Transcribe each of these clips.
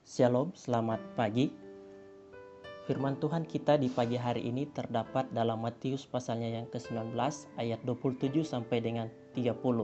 Shalom, selamat pagi. Firman Tuhan kita di pagi hari ini terdapat dalam Matius pasalnya yang ke-19 ayat 27 sampai dengan 30.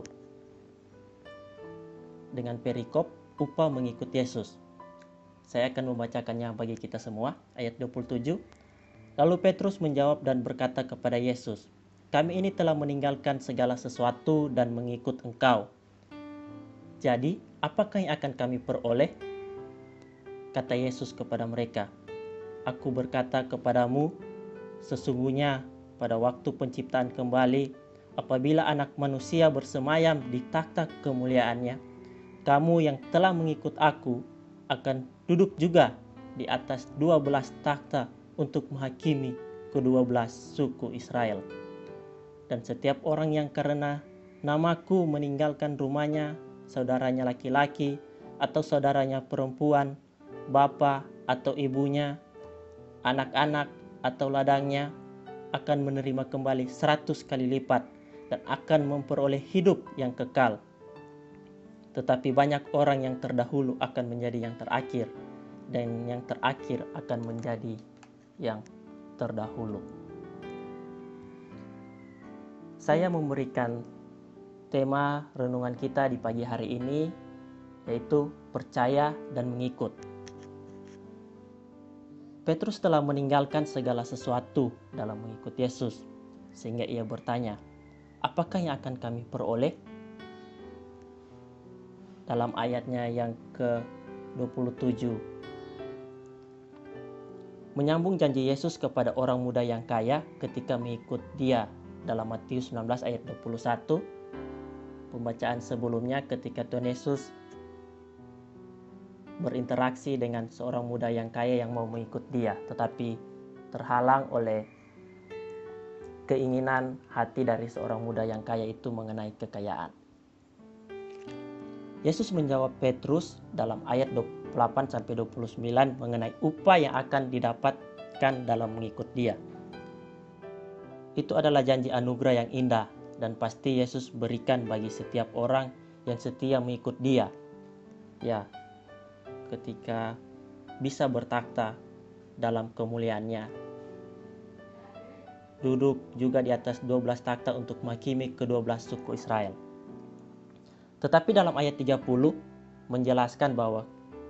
Dengan perikop upah mengikut Yesus. Saya akan membacakannya bagi kita semua. Ayat 27. Lalu Petrus menjawab dan berkata kepada Yesus, "Kami ini telah meninggalkan segala sesuatu dan mengikut Engkau. Jadi, apakah yang akan kami peroleh?" Kata Yesus kepada mereka, "Aku berkata kepadamu, sesungguhnya pada waktu penciptaan kembali, apabila Anak Manusia bersemayam di takhta kemuliaannya, kamu yang telah mengikut aku akan duduk juga di atas 12 takhta untuk menghakimi ke-12 suku Israel. Dan setiap orang yang karena namaku meninggalkan rumahnya, saudaranya laki-laki atau saudaranya perempuan, bapa atau ibunya, anak-anak atau ladangnya, akan menerima kembali 100 kali lipat dan akan memperoleh hidup yang kekal. Tetapi banyak orang yang terdahulu akan menjadi yang terakhir, dan yang terakhir akan menjadi yang terdahulu." Saya memberikan tema renungan kita di pagi hari ini, yaitu percaya dan mengikut. Petrus telah meninggalkan segala sesuatu dalam mengikut Yesus, sehingga ia bertanya, "Apakah yang akan kami peroleh?" Dalam ayatnya yang ke-27, menyambung janji Yesus kepada orang muda yang kaya ketika mengikut Dia dalam Matius 19 ayat 21. Pembacaan sebelumnya ketika Tuhan Yesus berinteraksi dengan seorang muda yang kaya yang mau mengikut Dia, tetapi terhalang oleh keinginan hati dari seorang muda yang kaya itu mengenai kekayaan. Yesus menjawab Petrus dalam ayat 28-29 mengenai upah yang akan didapatkan dalam mengikut Dia. Itu adalah janji anugerah yang indah dan pasti Yesus berikan bagi setiap orang yang setia mengikut Dia. Ya, ketika bisa bertakhta dalam kemuliaannya, duduk juga di atas 12 takhta untuk menghakimi ke-12 suku Israel. Tetapi dalam ayat 30 menjelaskan bahwa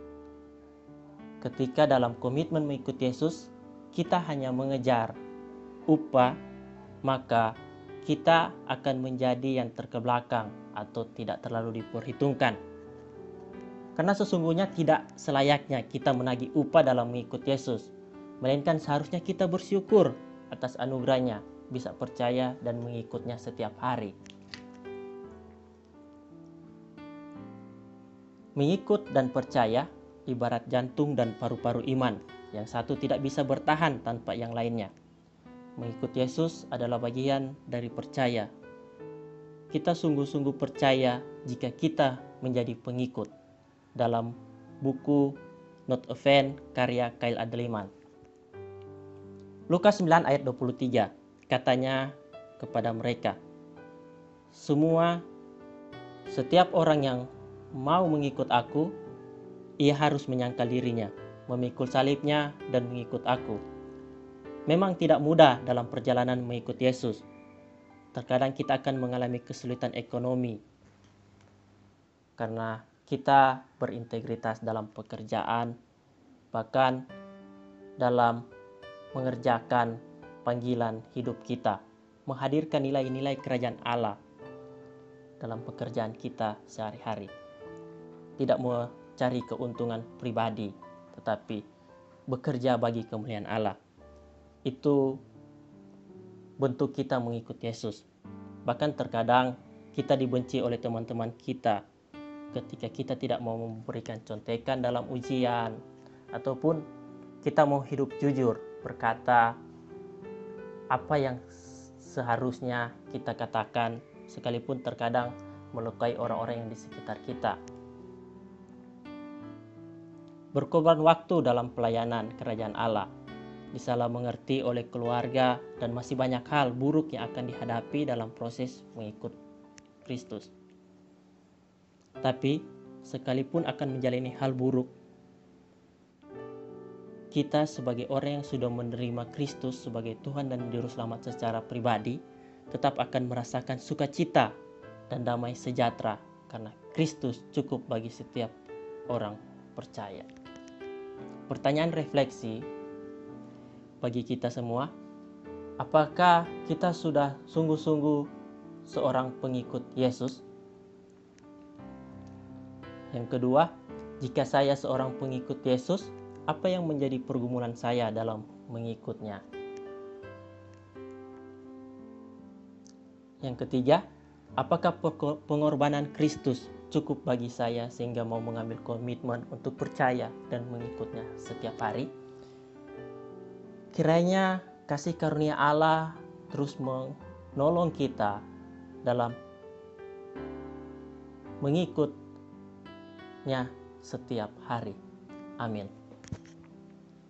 ketika dalam komitmen mengikuti Yesus, kita hanya mengejar upah, maka kita akan menjadi yang terkebelakang atau tidak terlalu diperhitungkan. Karena sesungguhnya tidak selayaknya kita menagih upah dalam mengikut Yesus, melainkan seharusnya kita bersyukur atas anugerahnya, bisa percaya dan mengikutnya setiap hari. Mengikut dan percaya ibarat jantung dan paru-paru iman, yang satu tidak bisa bertahan tanpa yang lainnya. Mengikut Yesus adalah bagian dari percaya. Kita sungguh-sungguh percaya jika kita menjadi pengikut. Dalam buku Not a Fan karya Kyle Adleman. Lukas 9 ayat 23, katanya kepada mereka, setiap orang yang mau mengikut aku, ia harus menyangkal dirinya, memikul salibnya dan mengikut aku. Memang tidak mudah dalam perjalanan mengikut Yesus. Terkadang kita akan mengalami kesulitan ekonomi karena kita berintegritas dalam pekerjaan, bahkan dalam mengerjakan panggilan hidup kita, menghadirkan nilai-nilai kerajaan Allah dalam pekerjaan kita sehari-hari. Tidak mencari keuntungan pribadi, tetapi bekerja bagi kemuliaan Allah. Itu bentuk kita mengikut Yesus. Bahkan terkadang kita dibenci oleh teman-teman kita ketika kita tidak mau memberikan contekan dalam ujian, ataupun kita mau hidup jujur, berkata apa yang seharusnya kita katakan, sekalipun terkadang melukai orang-orang yang di sekitar kita. Berkorban waktu dalam pelayanan kerajaan Allah, disalah mengerti oleh keluarga, dan masih banyak hal buruk yang akan dihadapi dalam proses mengikut Kristus. Tapi sekalipun akan menjalani hal buruk, kita sebagai orang yang sudah menerima Kristus sebagai Tuhan dan Juru Selamat secara pribadi tetap akan merasakan sukacita dan damai sejahtera karena Kristus cukup bagi setiap orang percaya. Pertanyaan refleksi bagi kita semua, apakah kita sudah sungguh-sungguh seorang pengikut Yesus? Yang kedua, jika saya seorang pengikut Yesus, apa yang menjadi pergumulan saya dalam mengikutnya? Yang ketiga, apakah pengorbanan Kristus cukup bagi saya sehingga mau mengambil komitmen untuk percaya dan mengikutnya setiap hari? Kiranya kasih karunia Allah terus menolong kita dalam mengikutnya setiap hari. Amin.